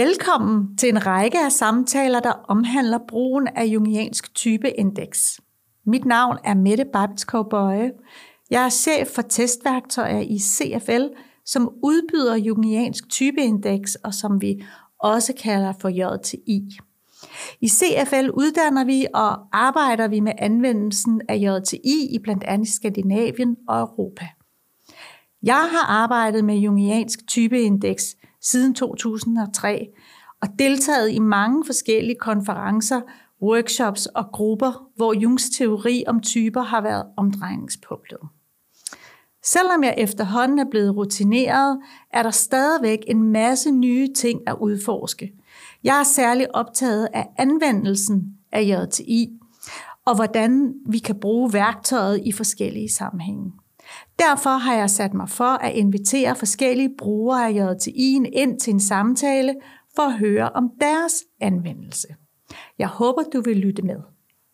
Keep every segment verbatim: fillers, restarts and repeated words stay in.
Velkommen til en række af samtaler, der omhandler brugen af jungiansk typeindeks. Mit navn er Mette Babitskou Bøje. Jeg er chef for testværktøjer i C F L, som udbyder jungiansk typeindeks, og som vi også kalder for J T I. I C F L uddanner vi og arbejder vi med anvendelsen af J T I i blandt andet Skandinavien og Europa. Jeg har arbejdet med jungiansk typeindeks siden to tusind og tre og deltaget i mange forskellige konferencer, workshops og grupper, hvor Jungs teori om typer har været omdrejningspunktet. Selvom jeg efterhånden er blevet rutineret, er der stadigvæk en masse nye ting at udforske. Jeg er særligt optaget af anvendelsen af J T I, og hvordan vi kan bruge værktøjet i forskellige sammenhænge. Derfor har jeg sat mig for at invitere forskellige brugere af J T I'en ind til en samtale for at høre om deres anvendelse. Jeg håber, du vil lytte med.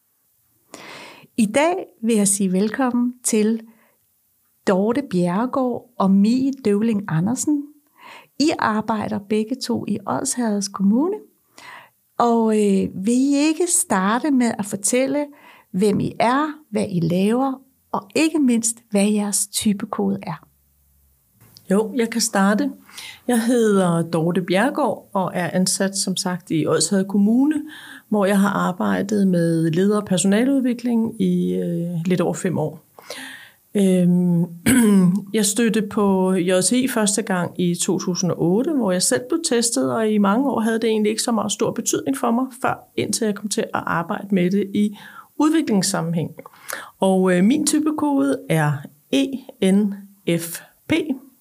I dag vil jeg sige velkommen til Dorte Bjerregaard og Mie Døvling Andersen. I arbejder begge to i Odsherreds Kommune, og øh, vil I ikke starte med at fortælle, hvem I er, hvad I laver, og ikke mindst, hvad jeres typekode er? Jo, jeg kan starte. Jeg hedder Dorte Bjerregaard og er ansat, som sagt, i Odsherred Kommune, hvor jeg har arbejdet med leder- og personaleudvikling i øh, lidt over fem år. Øhm, jeg stødte på J T I første gang i to tusind og otte, hvor jeg selv blev testet, og i mange år havde det egentlig ikke så meget stor betydning for mig, før indtil jeg kom til at arbejde med det i udviklingssammenhæng. Og øh, min typekode er E N F P.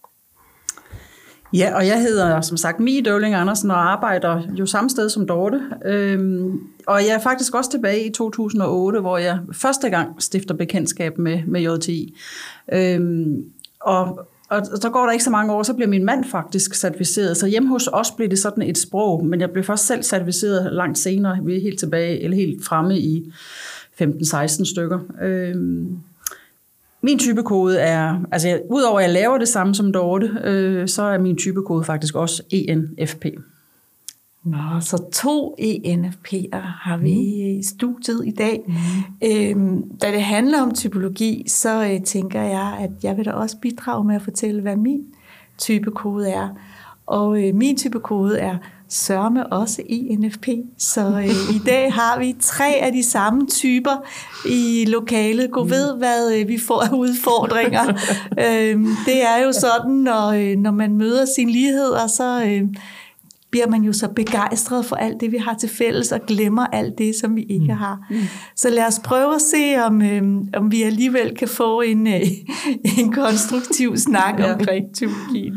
Ja, og jeg hedder som sagt Mie Døvling Andersen og arbejder jo samme sted som Dorte. Øhm, og jeg er faktisk også tilbage i to tusind og otte, hvor jeg første gang stifter bekendtskab med, med J T I. Øhm, og, og så går der ikke så mange år, så bliver min mand faktisk certificeret. Så hjemme hos os blev det sådan et sprog, men jeg blev først selv certificeret langt senere. Vi er helt tilbage, eller helt fremme i femten seksten stykker. Øhm, Min typekode er, altså udover at jeg laver det samme som Dorte, øh, så er min typekode faktisk også E N F P. Nå, så to E N F P'er har vi mm. i studiet i dag. Mm. Øhm, da det handler om typologi, så øh, tænker jeg, at jeg vil da også bidrage med at fortælle, hvad min typekode er. Og øh, min typekode er sørme også E N F P. Så øh, i dag har vi tre af de samme typer i lokalet. Gå ved, hvad øh, vi får af udfordringer. øh, det er jo sådan, når, øh, når man møder sine ligheder, så øh, bliver man jo så begejstret for alt det, vi har til fælles, og glemmer alt det, som vi ikke har. Mm. Så lad os prøve at se, om, øh, om vi alligevel kan få en, øh, en konstruktiv snak ja. omkring typologien.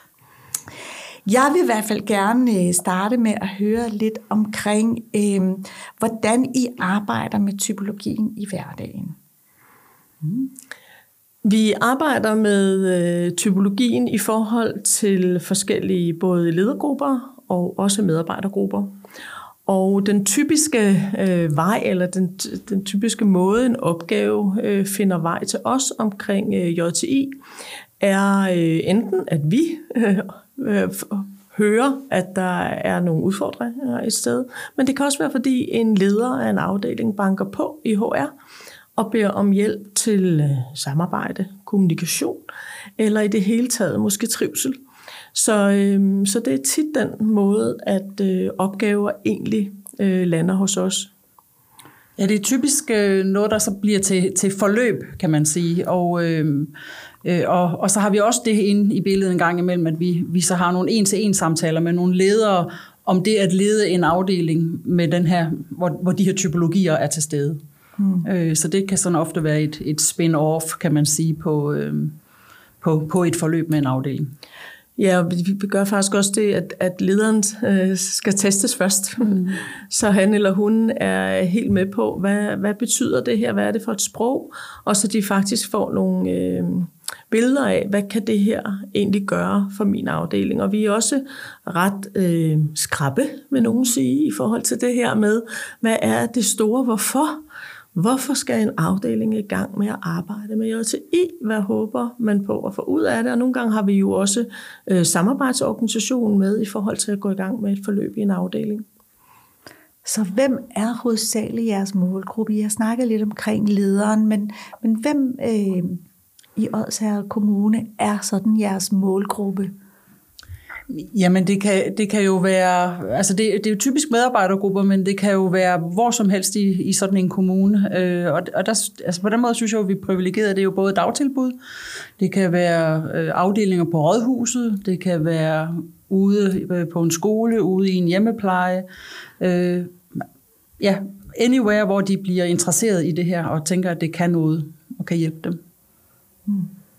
Jeg vil i hvert fald gerne starte med at høre lidt omkring, øh, hvordan I arbejder med typologien i hverdagen. Mm. Vi arbejder med øh, typologien i forhold til forskellige både ledergrupper og også medarbejdergrupper. Og den typiske øh, vej, eller den, den typiske måde, en opgave øh, finder vej til os omkring øh, J T I, er øh, enten, at vi øh, øh, hører, at der er nogle udfordringer et sted, men det kan også være, fordi en leder af en afdeling banker på i H R og beder om hjælp til øh, samarbejde, kommunikation, eller i det hele taget måske trivsel. Så, øh, så det er tit den måde, at øh, opgaver egentlig øh, lander hos os. Ja, det er typisk øh, noget, der så bliver til, til forløb, kan man sige. Og, øh, øh, og, og så har vi også det inde i billedet en gang imellem, at vi, vi så har nogle en-til-en samtaler med nogle ledere om det at lede en afdeling med den her, hvor, hvor de her typologier er til stede. Hmm. Øh, så det kan sådan ofte være et, et spin-off, kan man sige, på, øh, på, på et forløb med en afdeling. Ja, og vi gør faktisk også det, at, at lederen øh, skal testes først, mm. så han eller hun er helt med på, hvad, hvad betyder det her, hvad er det for et sprog, og så de faktisk får nogle øh, billeder af, hvad kan det her egentlig gøre for min afdeling. Og vi er også ret øh, skrappe, vil nogen sige, i forhold til det her med, hvad er det store hvorfor? Hvorfor skal en afdeling i gang med at arbejde med J T I? Hvad håber man på at få ud af det? Og nogle gange har vi jo også øh, samarbejdsorganisationen med i forhold til at gå i gang med et forløb i en afdeling. Så hvem er hovedsageligt jeres målgruppe? I har snakket lidt omkring lederen, men, men hvem øh, i Odsherred Kommune er sådan jeres målgruppe? Jamen det kan, det kan jo være, altså det, det er jo typisk medarbejdergrupper, men det kan jo være hvor som helst i, i sådan en kommune. Øh, og og der, altså på den måde synes jeg jo, vi er privilegerede. Det er jo både dagtilbud, det kan være øh, afdelinger på rådhuset, det kan være ude på en skole, ude i en hjemmepleje. Øh, ja, anywhere, hvor de bliver interesseret i det her og tænker, at det kan noget og kan hjælpe dem. Hmm.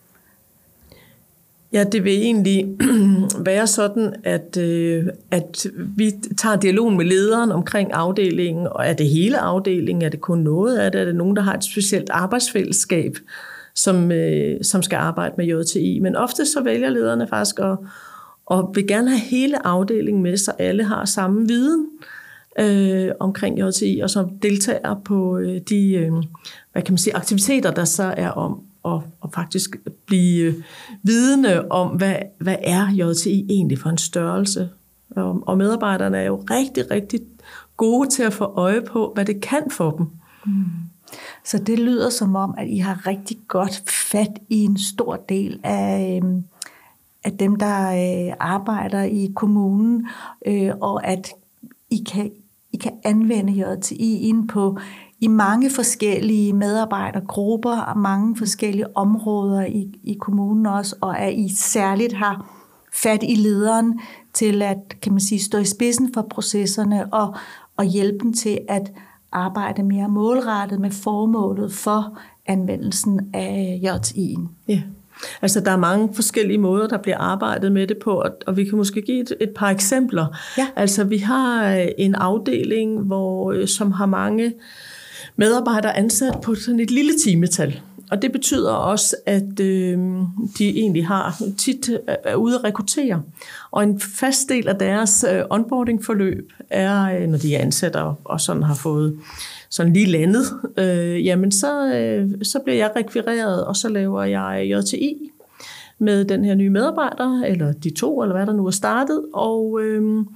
Ja, det vil egentlig være sådan, at, øh, at vi tager dialogen med lederen omkring afdelingen, og er det hele afdelingen, er det kun noget af det, er det nogen, der har et specielt arbejdsfællesskab, som, øh, som skal arbejde med J T I. Men ofte så vælger lederne faktisk at og vil gerne have hele afdelingen med, så alle har samme viden øh, omkring J T I, og som deltager på øh, de øh, hvad kan man sige, aktiviteter, der så er om og, og faktisk blive vidende om, hvad, hvad er J T I egentlig for en størrelse. Og, og medarbejderne er jo rigtig, rigtig gode til at få øje på, hvad det kan for dem. Mm. Så det lyder som om, at I har rigtig godt fat i en stor del af, af dem, der arbejder i kommunen, og at I kan, I kan anvende J T I ind på i mange forskellige medarbejdergrupper og mange forskellige områder i, i kommunen også, og at I særligt har fat i lederen til at, kan man sige, stå i spidsen for processerne og, og hjælpe dem til at arbejde mere målrettet med formålet for anvendelsen af J T I'en. Ja, altså der er mange forskellige måder, der bliver arbejdet med det på, og vi kan måske give et, et par eksempler. Ja. Altså vi har en afdeling, hvor, som har mange medarbejdere ansat på sådan et lille timetal. Og det betyder også, at øh, de egentlig har tit er ude at rekruttere. Og en fast del af deres øh, onboarding-forløb er, øh, når de er ansat og, og sådan har fået sådan lige landet, øh, jamen så, øh, så bliver jeg rekvireret, og så laver jeg J T I med den her nye medarbejder, eller de to, eller hvad der nu er startet. Og øh,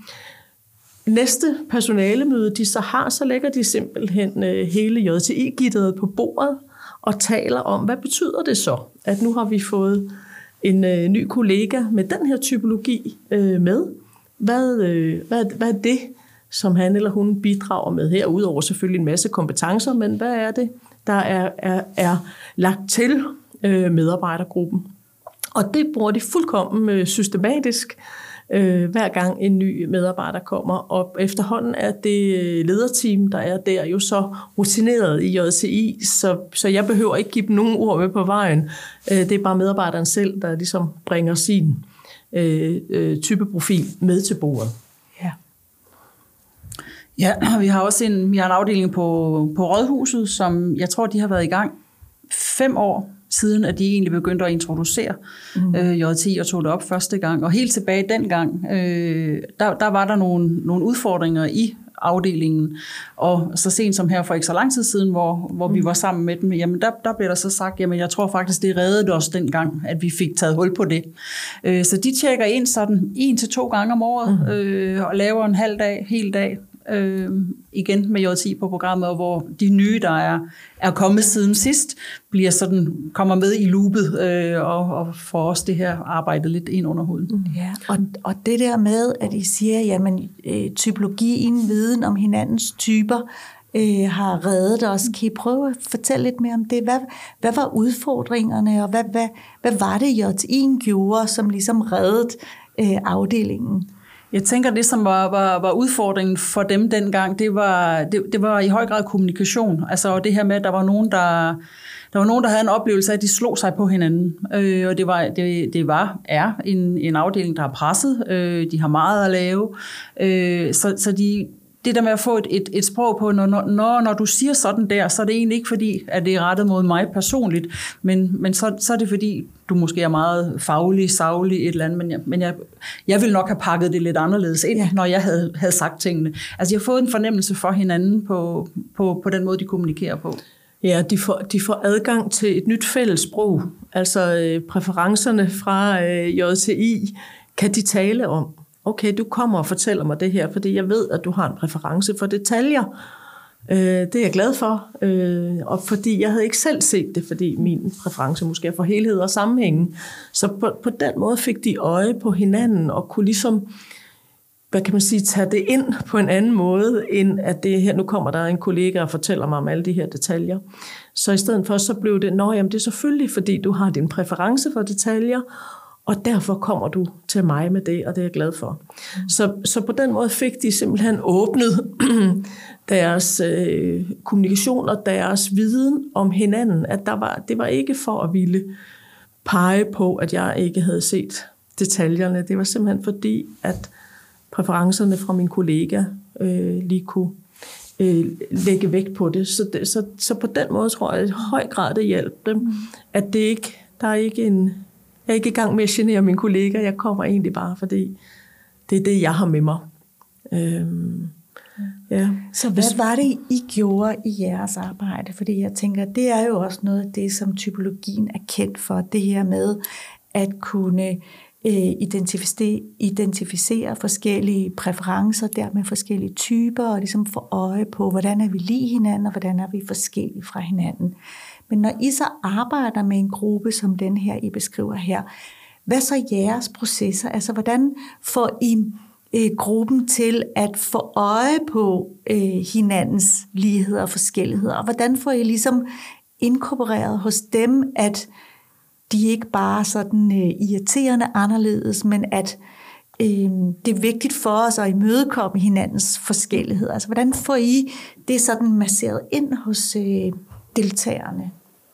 næste personalemøde, de så har, så lægger de simpelthen øh, hele J T I-gitteret på bordet, og taler om, hvad betyder det så, at nu har vi fået en øh, ny kollega med den her typologi øh, med. Hvad, øh, hvad, hvad er det, som han eller hun bidrager med her, udover selvfølgelig en masse kompetencer, men hvad er det, der er, er, er lagt til øh, medarbejdergruppen? Og det bruger de fuldkommen øh, systematisk, øh, hver gang en ny medarbejder kommer. Og efterhånden er det lederteam, der er der, jo så rutineret i J T I, så, så jeg behøver ikke give dem nogen ord med på vejen. Øh, det er bare medarbejderen selv, der ligesom bringer sin øh, øh, typeprofil med til bordet. Ja. Ja, vi har også en, vi har en afdeling på, på Rådhuset, som jeg tror, de har været i gang fem år siden, at de egentlig begyndte at introducere mm. øh, J T I og tog det op første gang. Og helt tilbage dengang, øh, der, der var der nogle, nogle udfordringer i afdelingen. Og så sent som her for ikke så lang tid siden, hvor, hvor mm. vi var sammen med dem, jamen der, der blev der så sagt, jamen jeg tror faktisk, det reddede os dengang, at vi fik taget hul på det. Øh, så de tjekker ind sådan en til to gange om året, mm. øh, og laver en halv dag, hel dag, Øh, igen med J T I på programmet, hvor de nye, der er, er kommet siden sidst, bliver sådan, kommer med i loopet øh, og, og får også det her arbejde lidt ind under huden. Ja, og, og det der med, at I siger, jamen øh, typologien, viden om hinandens typer, øh, har reddet os. Kan I prøve at fortælle lidt mere om det? Hvad, hvad var udfordringerne, og hvad, hvad, hvad var det, J T I'en gjorde, som ligesom reddede øh, afdelingen? Jeg tænker, det som var, var, var udfordringen for dem dengang, det var, det, det var i høj grad kommunikation. Altså det her med, at der var nogen, der, der, var nogen, der havde en oplevelse af, at de slog sig på hinanden. Øh, og det var, det, det var er en, en afdeling, der er presset. Øh, de har meget at lave. Øh, så så de, det, det der med at få et, et, et sprog på, når, når, når du siger sådan der, så er det egentlig ikke fordi, at det er rettet mod mig personligt, men, men så, så er det fordi, du måske er meget faglig, saglig, et eller andet, men jeg, men jeg, jeg ville nok have pakket det lidt anderledes ind, ja. Når jeg havde, havde sagt tingene. Altså jeg har fået en fornemmelse for hinanden på, på, på den måde, de kommunikerer på. Ja, de får, de får adgang til et nyt fælles sprog. Altså øh, præferencerne fra øh, J T I kan de tale om. Okay, du kommer og fortæller mig det her, fordi jeg ved, at du har en præference for detaljer. Øh, det er jeg glad for, øh, og fordi jeg havde ikke selv set det, fordi min præference måske er for helhed og sammenhængen. Så på, på den måde fik de øje på hinanden og kunne ligesom, hvad kan man sige, tage det ind på en anden måde, end at det her, nu kommer der en kollega og fortæller mig om alle de her detaljer. Så i stedet for, så blev det, nå jamen det er selvfølgelig, fordi du har din præference for detaljer, og derfor kommer du til mig med det, og det er jeg glad for. Mm. Så, så på den måde fik de simpelthen åbnet deres øh, kommunikation og deres viden om hinanden, at der var, det var ikke for at ville pege på, at jeg ikke havde set detaljerne. Det var simpelthen fordi, at præferencerne fra min kollega øh, lige kunne øh, lægge vægt på det. Så, det så, så på den måde tror jeg, at i høj grad det hjalp dem, mm. at det ikke, der er ikke en... Jeg er ikke i gang med at genere mine kolleger. Jeg kommer egentlig bare, fordi det er det, jeg har med mig. Øhm, ja. Så hvad var det, I gjorde i jeres arbejde? Fordi jeg tænker, det er jo også noget af det, som typologien er kendt for. Det her med at kunne øh, identificere, identificere forskellige præferencer, dermed forskellige typer, og ligesom få øje på, hvordan er vi lige hinanden, og hvordan er vi forskellige fra hinanden. Men når I så arbejder med en gruppe, som den her, I beskriver her, hvad så jeres processer? Altså, hvordan får I øh, gruppen til at få øje på øh, hinandens ligheder og forskelligheder? Og hvordan får I ligesom inkorporeret hos dem, at de ikke bare er sådan øh, irriterende anderledes, men at øh, det er vigtigt for os at imødekomme hinandens forskelligheder? Altså, hvordan får I det sådan masseret ind hos øh, deltagerne?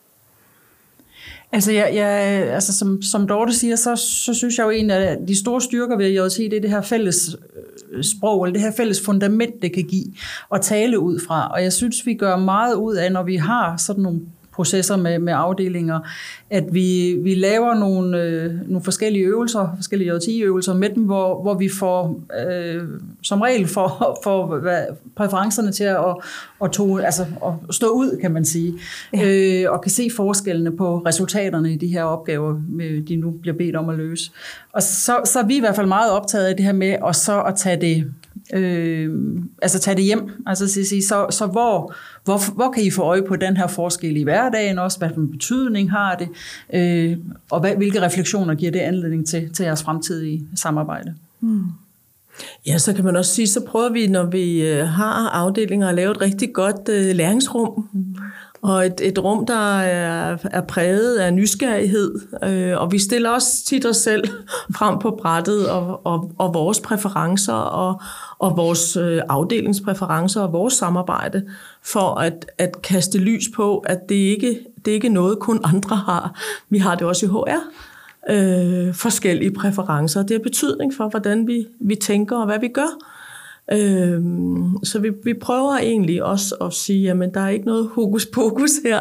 Altså, jeg, jeg, altså som, som Dorte siger, så, så synes jeg jo en af de store styrker ved J T I, det er det her fælles sprog, eller det her fælles fundament, det kan give og tale ud fra. Og jeg synes, vi gør meget ud af, når vi har sådan nogle processer med, med afdelinger, at vi, vi laver nogle, øh, nogle forskellige øvelser, forskellige J T I-øvelser med dem, hvor, hvor vi får, øh, som regel får, får hvad, præferencerne til at, at, to, altså, at stå ud, kan man sige, ja. øh, og kan se forskellene på resultaterne i de her opgaver, de nu bliver bedt om at løse. Og så, så er vi i hvert fald meget optaget af det her med, og så at tage det Øh, altså tage det hjem, altså så, så, så hvor, hvor, hvor kan I få øje på den her forskel i hverdagen også, hvad for en betydning har det, øh, og hvad, hvilke refleksioner giver det anledning til, til jeres fremtidige samarbejde? Hmm. Ja, så kan man også sige, så prøver vi, når vi har afdelinger, at lave et rigtig godt øh, læringsrum, hmm. og et, et rum, der er, er præget af nysgerrighed, øh, og vi stiller også tit os selv frem på brættet, og, og, og vores præferencer, og, og vores øh, afdelingspræferencer, og vores samarbejde, for at, at kaste lys på, at det ikke det er ikke noget, kun andre har. Vi har det også i H R, øh, forskellige præferencer. Det har betydning for, hvordan vi, vi tænker, og hvad vi gør. Øhm, så vi, vi prøver egentlig også at sige, at der er ikke noget hokus pokus her,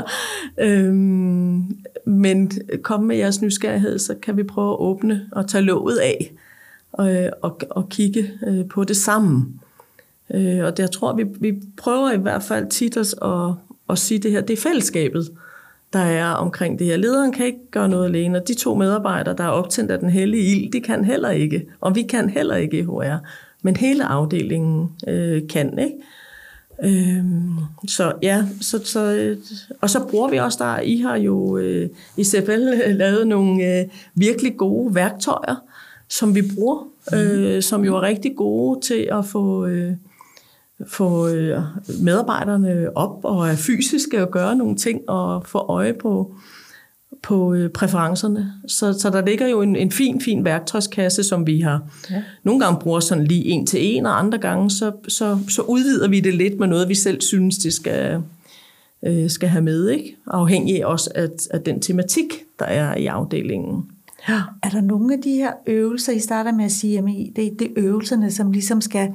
øhm, men kom med jeres nysgerrighed, så kan vi prøve at åbne og tage låget af og, og, og kigge øh, på det sammen. Øh, og der tror vi, vi prøver i hvert fald tit at, at, at sige det her, det er fællesskabet, der er omkring det her. Lederen kan ikke gøre noget alene, og de to medarbejdere, der er optændt af den hellige ild, de kan heller ikke, og vi kan heller ikke i H R. Men hele afdelingen øh, kan, ikke? Øhm, så ja, så, så, og så bruger vi også der, I har jo øh, i C F L lavet nogle øh, virkelig gode værktøjer, som vi bruger, øh, som jo er rigtig gode til at få, øh, få øh, medarbejderne op og er fysiske og gøre nogle ting og få øje på, på øh, præferencerne. Så, så der ligger jo en, en fin, fin værktøjskasse, som vi har ja. Nogle gange bruger sådan lige en til en, og andre gange så, så, så udvider vi det lidt med noget, vi selv synes, det skal, øh, skal have med, ikke? Afhængig også af, af den tematik, der er i afdelingen. Ja. Er der nogle af de her øvelser, I starter med at sige, at det, det er øvelserne, som ligesom skal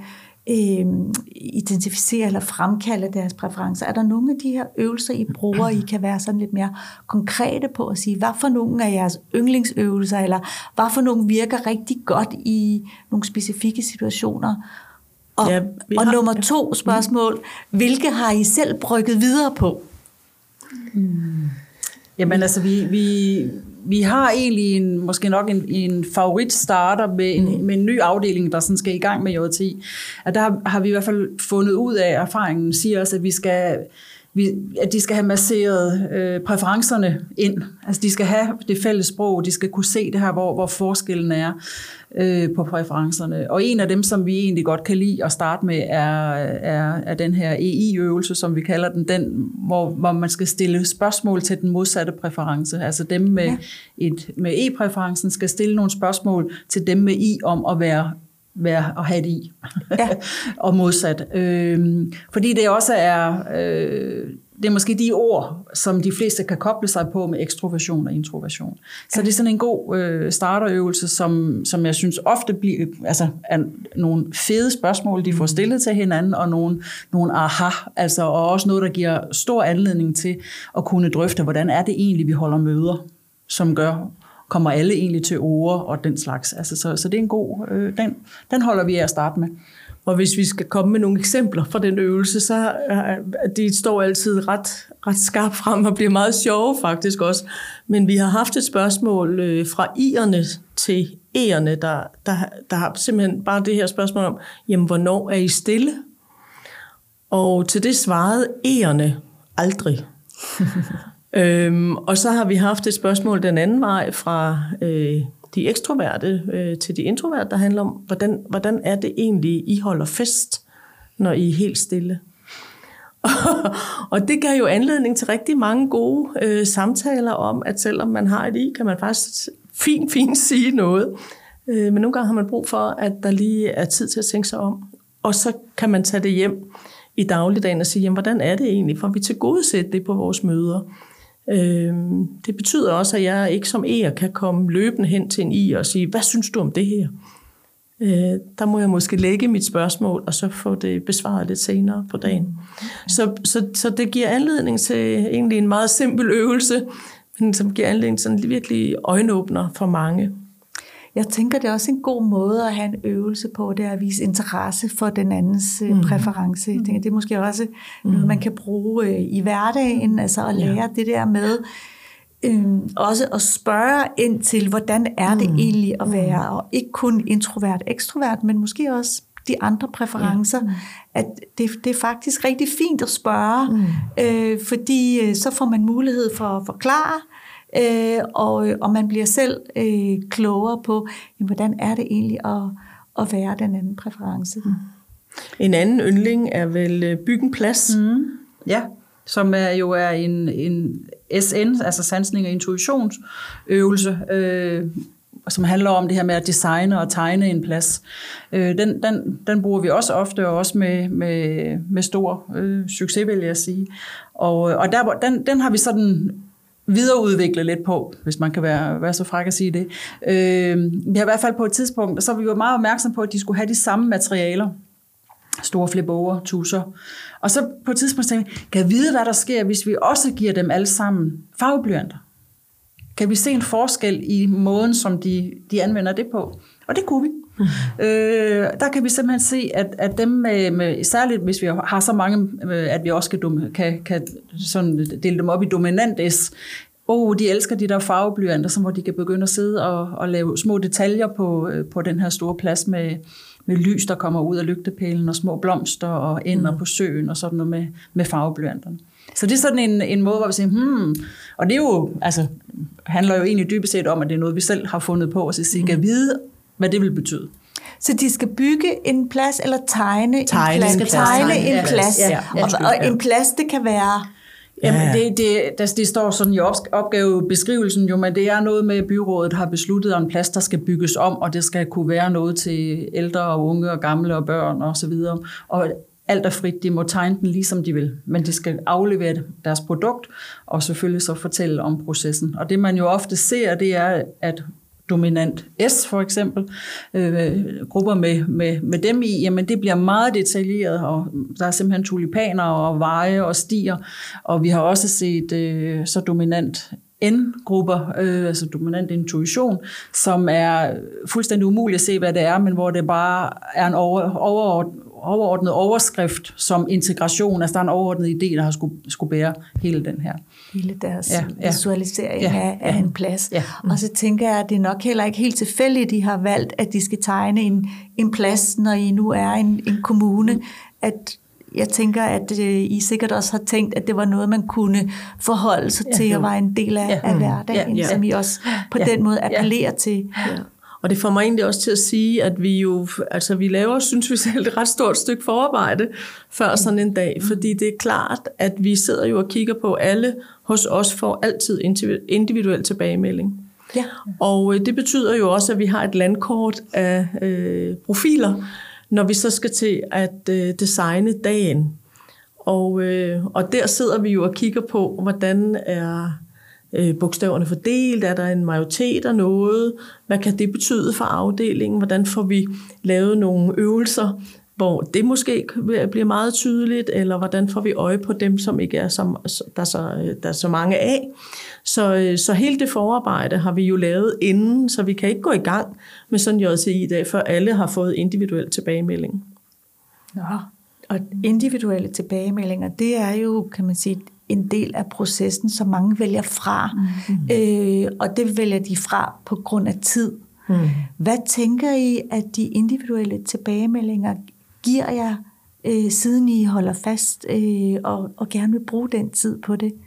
øh, identificere eller fremkalde deres præferencer. Er der nogle af de her øvelser, I bruger, I kan være sådan lidt mere konkrete på at sige, hvad for nogle af jeres yndlingsøvelser, eller hvad for nogle virker rigtig godt i nogle specifikke situationer? Og, ja, og har, nummer to spørgsmål, hvilke har I selv brygget videre på? Hmm. Jamen altså, vi, vi, vi har egentlig en, måske nok en, en favorit starter med en, med en ny afdeling, der sådan skal i gang med J T I. At der har, har vi i hvert fald fundet ud af, at erfaringen siger os, at vi skal... Vi, at de skal have masseret øh, præferencerne ind. Altså de skal have det fælles sprog, de skal kunne se det her, hvor, hvor forskellen er øh, på præferencerne. Og en af dem, som vi egentlig godt kan lide at starte med, er, er, er den her E I-øvelse, som vi kalder den, den hvor, hvor man skal stille spørgsmål til den modsatte præference. Altså dem med, ja. et, med E-præferencen skal stille nogle spørgsmål til dem med I om at være være at have det i, ja. og modsat. Øhm, fordi det også er, øh, det er måske de ord, som de fleste kan koble sig på med ekstroversion og introversion. Så ja. Det er sådan en god øh, starterøvelse, som, som jeg synes ofte bliver, altså er nogle fede spørgsmål, de får stillet til hinanden, og nogle, nogle aha, altså, og også noget, der giver stor anledning til at kunne drøfte, hvordan er det egentlig, vi holder møder, som gør kommer alle egentlig til ord og den slags. Altså, så, så det er en god, øh, den, den holder vi af at starte med. Og hvis vi skal komme med nogle eksempler fra den øvelse, så øh, de står altid ret, ret skarpt frem og bliver meget sjove faktisk også. Men vi har haft et spørgsmål øh, fra i'erne til e'erne, der, der, der har simpelthen bare det her spørgsmål om, jamen hvornår er I stille? Og til det svarede e'erne aldrig. Øhm, og så har vi haft et spørgsmål den anden vej fra øh, de ekstroverte øh, til de introverte, der handler om, hvordan, hvordan er det egentlig, I holder fest, når I er helt stille. Og det gav jo anledning til rigtig mange gode øh, samtaler om, at selvom man har et I, kan man faktisk fint, fint sige noget. Øh, men nogle gange har man brug for, at der lige er tid til at tænke sig om. Og så kan man tage det hjem i dagligdagen og sige, jamen, hvordan er det egentlig, for vi tilgodesætter det på vores møder. Det betyder også, at jeg ikke som e'er kan komme løbende hen til en i og sige, hvad synes du om det her? Der må jeg måske lægge mit spørgsmål, og så få det besvaret lidt senere på dagen. Så, så, så det giver anledning til egentlig en meget simpel øvelse, men som giver anledning til sådan en virkelig øjenåbner for mange. Jeg tænker, det er også en god måde at have en øvelse på, det er at vise interesse for den andens mm. præference. Jeg tænker, det er måske også mm. noget, man kan bruge øh, i hverdagen, altså at lære ja. det der med øh, også at spørge ind til, hvordan er det mm. egentlig at være, og ikke kun introvert, ekstrovert, men måske også de andre præferencer, ja. at det, det er faktisk rigtig fint at spørge, mm. øh, fordi øh, så får man mulighed for at forklare, Øh, og, og man bliver selv øh, klogere på, jamen, hvordan er det egentlig at, at være den anden præference. Mm. En anden yndling er vel bygge en plads. Mm. Ja, som er, jo er en, en S N, altså sansning og intuitionsøvelse, øh, som handler om det her med at designe og tegne en plads. Øh, den, den, den bruger vi også ofte, og også med, med, med stor øh, succes, vil jeg sige. Og, og der, den, den har vi sådan videreudvikle lidt på, hvis man kan være, være så fræk at sige det. Øh, vi har i hvert fald på et tidspunkt, så var vi jo meget opmærksom på, at de skulle have de samme materialer. Store flipbover, tusser. Og så på et tidspunkt tænkte vi, kan vi vide, hvad der sker, hvis vi også giver dem alle sammen farveblyanter? Kan vi se en forskel i måden, som de, de anvender det på? Og det kunne vi. Mm. Øh, der kan vi simpelthen se, at, at dem med, med, særligt hvis vi har så mange, at vi også kan, kan, kan sådan dele dem op i dominant S. Oh, de elsker de der farveblyanter, så hvor de kan begynde at sidde og, og lave små detaljer på, på den her store plads med, med lys, der kommer ud af lygtepælen, og små blomster og ender mm. på søen og sådan noget med, med farveblyanterne. Så det er sådan en, en måde, hvor vi siger, hmm, og det er jo, altså, handler jo egentlig dybest set om, at det er noget, vi selv har fundet på, og så sige, kan vide, hvad det vil betyde. Så de skal bygge en plads, eller tegne, tegne en plads? En plads. Tegne en ja, plads. Ja, ja, og, og en plads, det kan være... Jamen, det, det, det, det står sådan i opgavebeskrivelsen jo, men det er noget med, at byrådet har besluttet om en plads, der skal bygges om, og det skal kunne være noget til ældre og unge og gamle og børn og så videre. Og alt er frit, de må tegne den ligesom de vil, men de skal aflevere deres produkt, og selvfølgelig så fortælle om processen. Og det man jo ofte ser, det er, at dominant S for eksempel, øh, grupper med, med, med dem i, jamen det bliver meget detaljeret, og der er simpelthen tulipaner og veje og stier, og vi har også set øh, så dominant N-grupper, øh, altså dominant intuition, som er fuldstændig umuligt at se, hvad det er, men hvor det bare er en over, overordnet, overordnet overskrift som integration, altså der er en overordnet idé, der har skulle, skulle bære hele den her. Hele deres ja, ja. visualisering ja, af, af ja. en plads. Ja. Mm. Og så tænker jeg, at det er nok heller ikke helt tilfældigt, de har valgt, at de skal tegne en, en plads, når I nu er en, en kommune, at jeg tænker, at øh, I sikkert også har tænkt, at det var noget, man kunne forholde sig ja. til, og var en del af, ja. af hverdagen, ja. Ja. som I også på ja. den måde appellerer ja. til. Ja. Og det får mig egentlig også til at sige, at vi jo, altså vi laver, synes vi selv, et ret stort stykke forarbejde før sådan en dag, fordi det er klart, at vi sidder jo og kigger på, alle hos os får altid individuel tilbagemelding. Ja. Og det betyder jo også, at vi har et landkort af øh, profiler, når vi så skal til at øh, designe dagen. Og, øh, og der sidder vi jo og kigger på, hvordan er øh, bogstaverne fordelt, er der en majoritet af noget, hvad kan det betyde for afdelingen, hvordan får vi lavet nogle øvelser, hvor det måske bliver meget tydeligt, eller hvordan får vi øje på dem, som ikke er så, der, er så, der er så mange af. Så, så hele det forarbejde har vi jo lavet inden, så vi kan ikke gå i gang med sådan J T I i dag, før alle har fået individuel tilbagemelding. Nå, og individuelle tilbagemeldinger, det er jo, kan man sige, en del af processen, som mange vælger fra. Mm-hmm. Øh, og det vælger de fra på grund af tid. Mm. Hvad tænker I, at de individuelle tilbagemeldinger giver jer, øh, siden I holder fast øh, og, og gerne vil bruge den tid på det?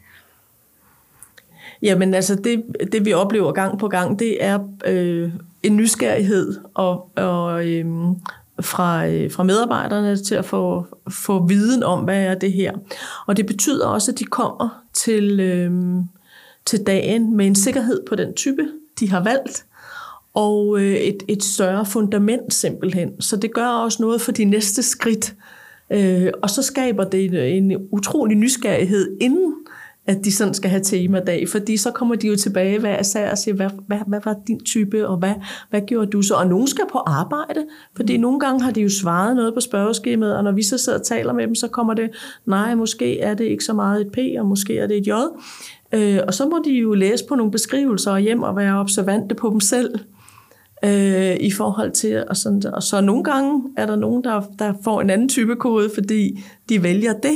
Jamen altså, det, det vi oplever gang på gang, det er øh, en nysgerrighed og, og, øh, fra, øh, fra medarbejderne til at få, få viden om, hvad er det her. Og det betyder også, at de kommer til, øh, til dagen med en sikkerhed på den type, de har valgt, og øh, et, et større fundament simpelthen. Så det gør også noget for de næste skridt. Øh, og så skaber det en, en utrolig nysgerrighed inden, at de sådan skal have temadag, fordi så kommer de jo tilbage hver især og siger, hvad, hvad, hvad var din type, og hvad, hvad gjorde du så? Og nogen skal på arbejde, fordi nogle gange har de jo svaret noget på spørgeskemaet, og når vi så sidder og taler med dem, så kommer det, nej, måske er det ikke så meget et P, og måske er det et J. Øh, og så må de jo læse på nogle beskrivelser og hjem og være observante på dem selv, øh, i forhold til, og, sådan, og så nogle gange er der nogen, der, der får en anden type kode, fordi de vælger det.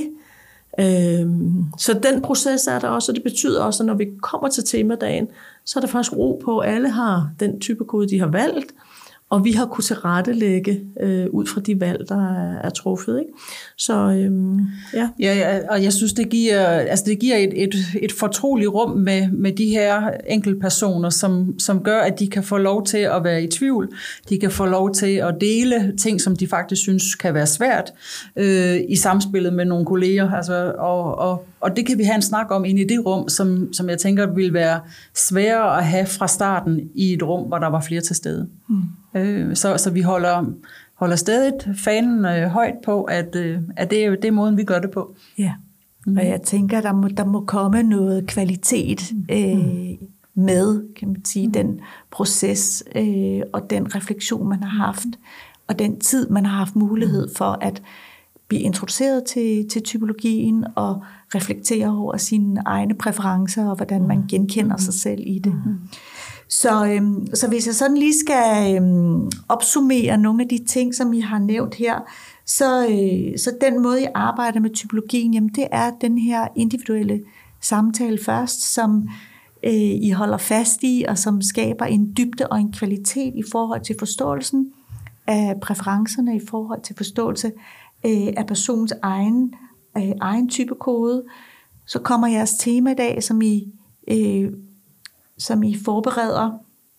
Så den proces er der også, og det betyder også, at når vi kommer til temadagen, så er der faktisk ro på, at alle har den type kode, de har valgt, og vi har kunnet tilrettelægge øh, ud fra de valg, der er, er truffet. Ikke? Så øhm, ja. Ja, ja, og jeg synes, det giver, altså det giver et, et, et fortroligt rum med, med de her enkeltpersoner, som, som gør, at de kan få lov til at være i tvivl. De kan få lov til at dele ting, som de faktisk synes kan være svært, øh, i samspillet med nogle kolleger. Altså, og, og, og det kan vi have en snak om inde i det rum, som, som jeg tænker vil være sværere at have fra starten i et rum, hvor der var flere til stede. Mm. Så, så vi holder, holder stadig fanen øh, højt på, at, øh, at det, er, det er måden, vi gør det på. Ja, mm. og jeg tænker, der må, der må komme noget kvalitet øh, med, kan man sige, mm. den proces øh, og den refleksion, man har haft, og den tid, man har haft mulighed for at blive introduceret til, til typologien og reflektere over sine egne præferencer og hvordan man genkender sig selv i det. Mm. Så, øhm, så hvis jeg sådan lige skal øhm, opsummere nogle af de ting, som I har nævnt her, så, øh, så den måde, I arbejder med typologien, jamen det er den her individuelle samtale først, som øh, I holder fast i, og som skaber en dybde og en kvalitet i forhold til forståelsen af præferencerne, i forhold til forståelse øh, af personens egen, øh, egen typekode. Så kommer jeres temadag, som I... Øh, som I forbereder,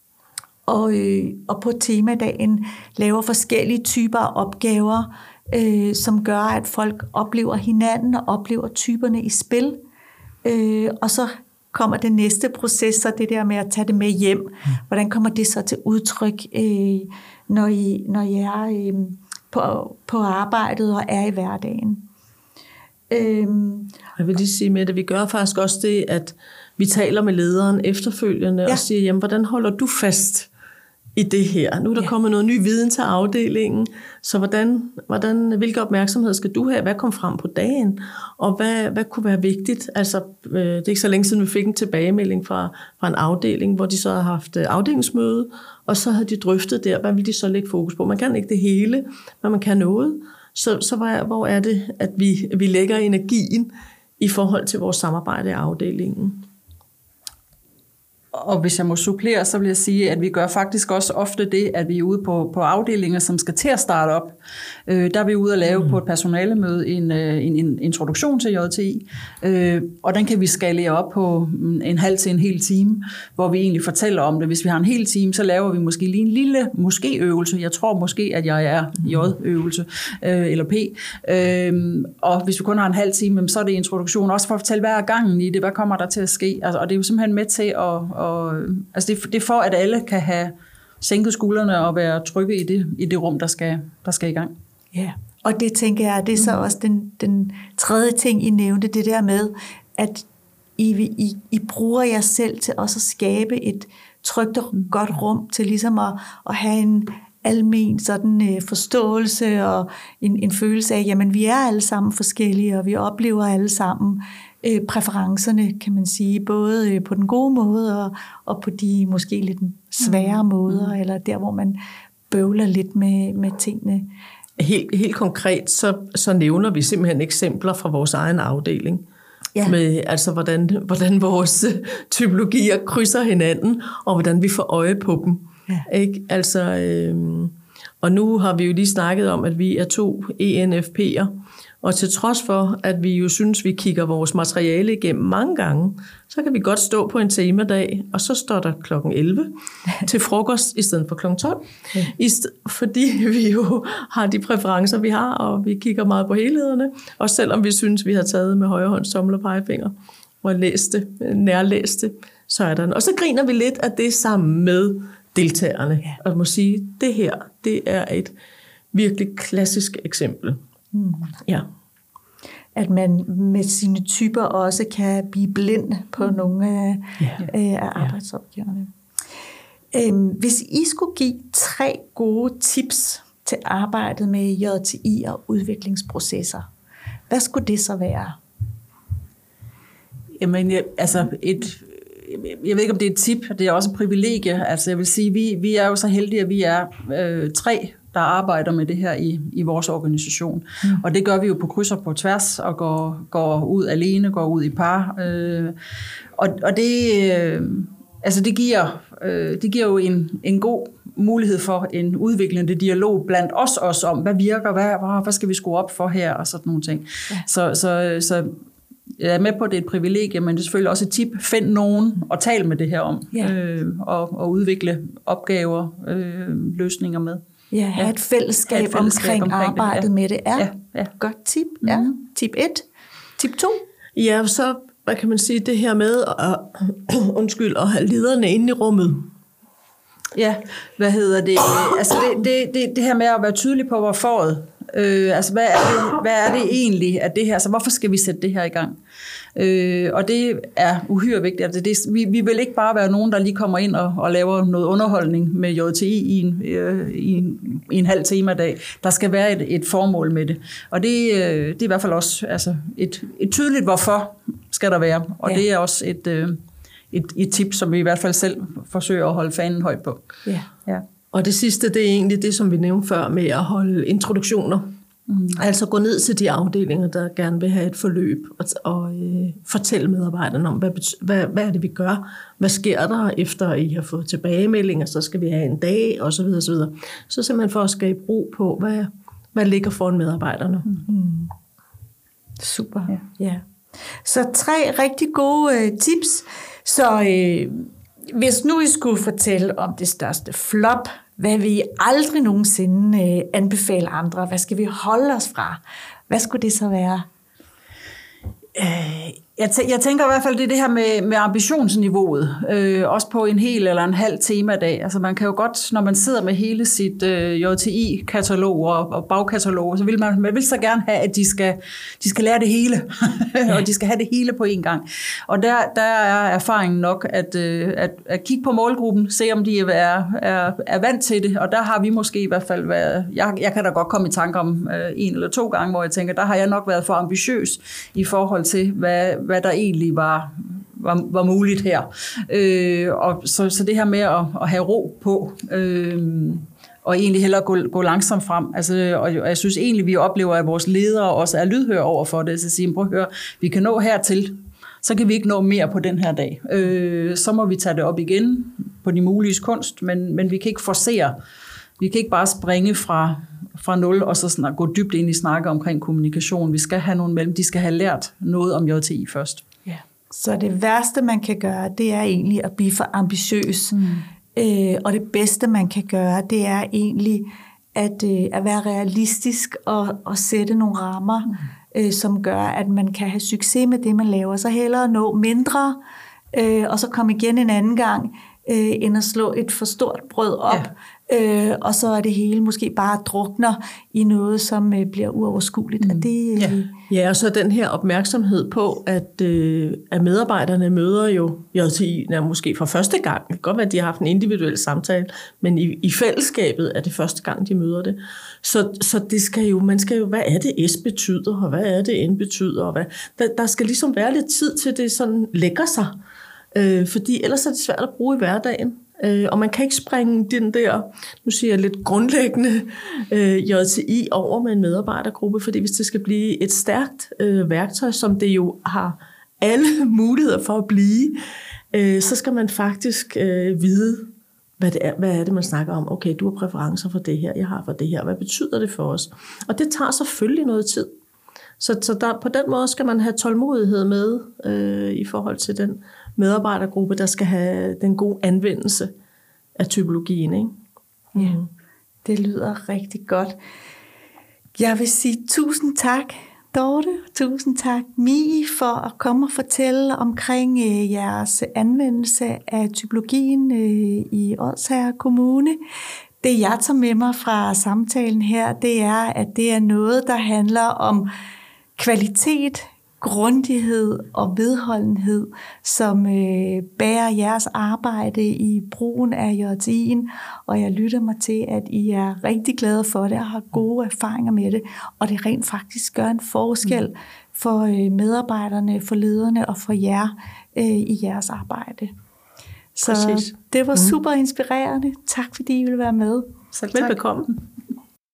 og, øh, og på temadagen laver forskellige typer af opgaver, øh, som gør, at folk oplever hinanden og oplever typerne i spil. Øh, og så kommer det næste proces, så det der med at tage det med hjem. Hvordan kommer det så til udtryk, øh, når, I, når I er øh, på, på arbejdet og er i hverdagen? Øh, Jeg vil lige sige med det, vi gør faktisk også det, at vi taler med lederen efterfølgende, ja. Og siger, jamen, hvordan holder du fast i det her. Nu er der ja. kommet noget ny viden til afdelingen, så hvordan, hvordan, hvilke opmærksomhed skal du have? Hvad kom frem på dagen? Og hvad, hvad kunne være vigtigt? Altså, øh, det er ikke så længe siden, vi fik en tilbagemelding fra, fra en afdeling, hvor de så har haft afdelingsmøde, og så havde de drøftet der, hvad vil de så lægge fokus på? Man kan ikke det hele, men man kan noget. Så, så hvor, hvor er det, at vi, vi lægger energien i forhold til vores samarbejde i afdelingen? Og hvis jeg må supplere, så vil jeg sige, at vi gør faktisk også ofte det, at vi er ude på, på afdelinger, som skal til at starte op. Øh, der er vi ude at lave mm. på et personalemøde en, en, en introduktion til J T I, øh, og den kan vi skalere op på en halv til en hel time, hvor vi egentlig fortæller om det. Hvis vi har en hel time, så laver vi måske lige en lille måske-øvelse. Jeg tror måske, at jeg er J-øvelse øh, eller P. Øh, og hvis vi kun har en halv time, så er det introduktion, også for at fortælle, hvad er gangen i det, hvad kommer der til at ske. Altså, og det er jo simpelthen med til at Og, altså det, det er for, at alle kan have sænket skuldrene og være trygge i det, i det rum, der skal, der skal i gang. Ja, og det tænker jeg, det er så også den, den tredje ting, I nævnte, det der med, at I, I, I bruger jer selv til også at skabe et trygt og godt rum til ligesom at, at have en almen sådan forståelse og en, en følelse af, jamen vi er alle sammen forskellige, og vi oplever alle sammen øh, præferencerne, kan man sige, både på den gode måde og, og på de måske lidt svære mm. måder, mm. eller der, hvor man bøvler lidt med, med tingene. Helt, helt konkret, så, så nævner vi simpelthen eksempler fra vores egen afdeling. Ja. Med altså, hvordan, hvordan vores typologier krydser hinanden, og hvordan vi får øje på dem. Ja. Ikke? Altså, øhm, og nu har vi jo lige snakket om, at vi er to E N F P'er, og til trods for, at vi jo synes, vi kigger vores materiale igennem mange gange, så kan vi godt stå på en temadag, og så står der klokken elleve til frokost i stedet for klokken tolv. Ja. Fordi vi jo har de præferencer, vi har, og vi kigger meget på helhederne, og selvom vi synes, vi har taget med højre hånd, tommel og pegefinger, og læst det, nærlæst det, så er der. Og så griner vi lidt af det sammen med deltagerne. Ja. Og jeg må sige, det her, det er et virkelig klassisk eksempel. Mm. Ja. At man med sine typer også kan blive blind på mm. nogle af, ja. af arbejdsopgaverne. Ja. Øhm, hvis I skulle give tre gode tips til arbejdet med J T I og udviklingsprocesser, hvad skulle det så være? Jamen, jeg, altså et... Jeg ved ikke, om det er et tip, det er også et privilegie. Altså, jeg vil sige, vi, vi er jo så heldige, at vi er øh, tre, der arbejder med det her i, i vores organisation. Mm. Og det gør vi jo på kryds og på tværs, og går, går ud alene, går ud i par. Øh, og, og det, øh, altså det, giver, øh, det giver jo en, en god mulighed for en udviklende dialog blandt os også om, hvad virker, hvad, hvad skal vi skrue op for her, og sådan nogle ting. Ja. Så, så, så jeg er med på, at det er et privilegie, men det er selvfølgelig også et tip. Find nogen og tal med det her om, ja. øh, og, og udvikle opgaver, øh, løsninger med. Ja, have et fællesskab, et fællesskab omkring, omkring arbejdet det, ja. med det. Ja, ja, ja. Godt tip. Mm-hmm. Ja. Tip et. Tip to. Ja, så hvad kan man sige, det her med at, undskyld, at have lederne inde i rummet. Ja, hvad hedder det? Altså det, det, det, det her med at være tydelig på, hvorforet. Øh, altså, hvad er, det, hvad er det egentlig af det her? Så hvorfor skal vi sætte det her i gang? Øh, og det er uhyre vigtigt. Altså, det, vi, vi vil ikke bare være nogen, der lige kommer ind og, og laver noget underholdning med J T I i en, øh, i en, i en halv temadag. Der skal være et, et formål med det. Og det, øh, det er i hvert fald også altså, et, et tydeligt hvorfor skal der være. Og ja. det er også et, øh, et, et tip, som vi i hvert fald selv forsøger at holde fanen højt på. Ja. Ja. Og det sidste, det er egentlig det, som vi nævnte før med at holde introduktioner. Mm. Altså gå ned til de afdelinger, der gerne vil have et forløb, og, og øh, fortælle medarbejderne om, hvad, hvad, hvad er det, vi gør? Hvad sker der, efter I har fået tilbagemeldinger? Så skal vi have en dag, og så videre, så videre. Så simpelthen for at skabe ro på, hvad, hvad ligger foran medarbejderne. Mm. Super, ja. ja. Så tre rigtig gode øh, tips. Så øh, hvis nu I skulle fortælle om det største flop, hvad vil I aldrig nogensinde øh, anbefale andre? Hvad skal vi holde os fra? Hvad skulle det så være? Øh, Jeg, tæ- jeg tænker i hvert fald, det er det her med, med ambitionsniveauet, øh, også på en hel eller en halv temadag. Altså man kan jo godt, når man sidder med hele sit øh, J T I-katalog og, og bagkatalog, så vil man, man vil så gerne have, at de skal, de skal lære det hele, og de skal have det hele på en gang. Og der, der er erfaringen nok, at, øh, at, at kigge på målgruppen, se om de er, er, er vant til det, og der har vi måske i hvert fald været, jeg, jeg kan da godt komme i tanke om øh, en eller to gange, hvor jeg tænker, der har jeg nok været for ambitiøs i forhold til, hvad hvad der egentlig var, var, var muligt her. Øh, og så, så det her med at, at have ro på, øh, og egentlig hellere gå, gå langsomt frem. Altså, og jeg synes egentlig, vi oplever, at vores ledere også er lydhøre over for det. Så siger, prøv at høre, vi kan nå hertil, så kan vi ikke nå mere på den her dag. Øh, så må vi tage det op igen på de muliges kunst, men, men vi kan ikke forcere. Vi kan ikke bare springe fra, fra nul og så sådan gå dybt ind i snakke omkring kommunikation. Vi skal have nogen mellem, de skal have lært noget om J T I først. Ja. Så det værste, man kan gøre, det er egentlig at blive for ambitiøs. Mm. Øh, og det bedste, man kan gøre, det er egentlig at, øh, at være realistisk og, og sætte nogle rammer, mm. øh, som gør, at man kan have succes med det, man laver. Så hellere nå mindre, øh, og så komme igen en anden gang, øh, end at slå et for stort brød op. Ja. Øh, og så er det hele måske bare drukner i noget, som øh, bliver uoverskueligt. Mm. Det, øh, ja. ja, og så den her opmærksomhed på, at, øh, at medarbejderne møder jo J T I måske for første gang. Det kan godt være, at de har haft en individuel samtale, men i, i fællesskabet er det første gang, de møder det. Så, så det skal jo, man skal jo, hvad er det S betyder, og hvad er det N betyder, og hvad, der, der skal ligesom være lidt tid til det sådan lægger sig, øh, fordi ellers er det svært at bruge i hverdagen. Øh, og man kan ikke springe den der, nu siger jeg lidt grundlæggende, øh, J T I over med en medarbejdergruppe, fordi hvis det skal blive et stærkt øh, værktøj, som det jo har alle muligheder for at blive, øh, så skal man faktisk øh, vide, hvad det er, hvad er det, man snakker om. Okay, du har præferencer for det her, jeg har for det her. Hvad betyder det for os? Og det tager selvfølgelig noget tid. Så, så der, på den måde skal man have tålmodighed med øh, i forhold til den medarbejdergruppe, der skal have den gode anvendelse af typologien. Ikke? Mm. Ja, det lyder rigtig godt. Jeg vil sige tusind tak, Dorte. Tusind tak, Mie, for at komme og fortælle omkring øh, jeres anvendelse af typologien øh, i Odsherred Kommune. Det, jeg tager med mig fra samtalen her, det er, at det er noget, der handler om kvalitet, grundighed og vedholdenhed, som øh, bærer jeres arbejde i brugen af J T I'en, og jeg lytter mig til, at I er rigtig glade for det og har gode erfaringer med det, og det rent faktisk gør en forskel for øh, medarbejderne, for lederne og for jer øh, i jeres arbejde. Så Præcis. det var super inspirerende. Tak fordi I ville være med. Selv tak. Velbekomme.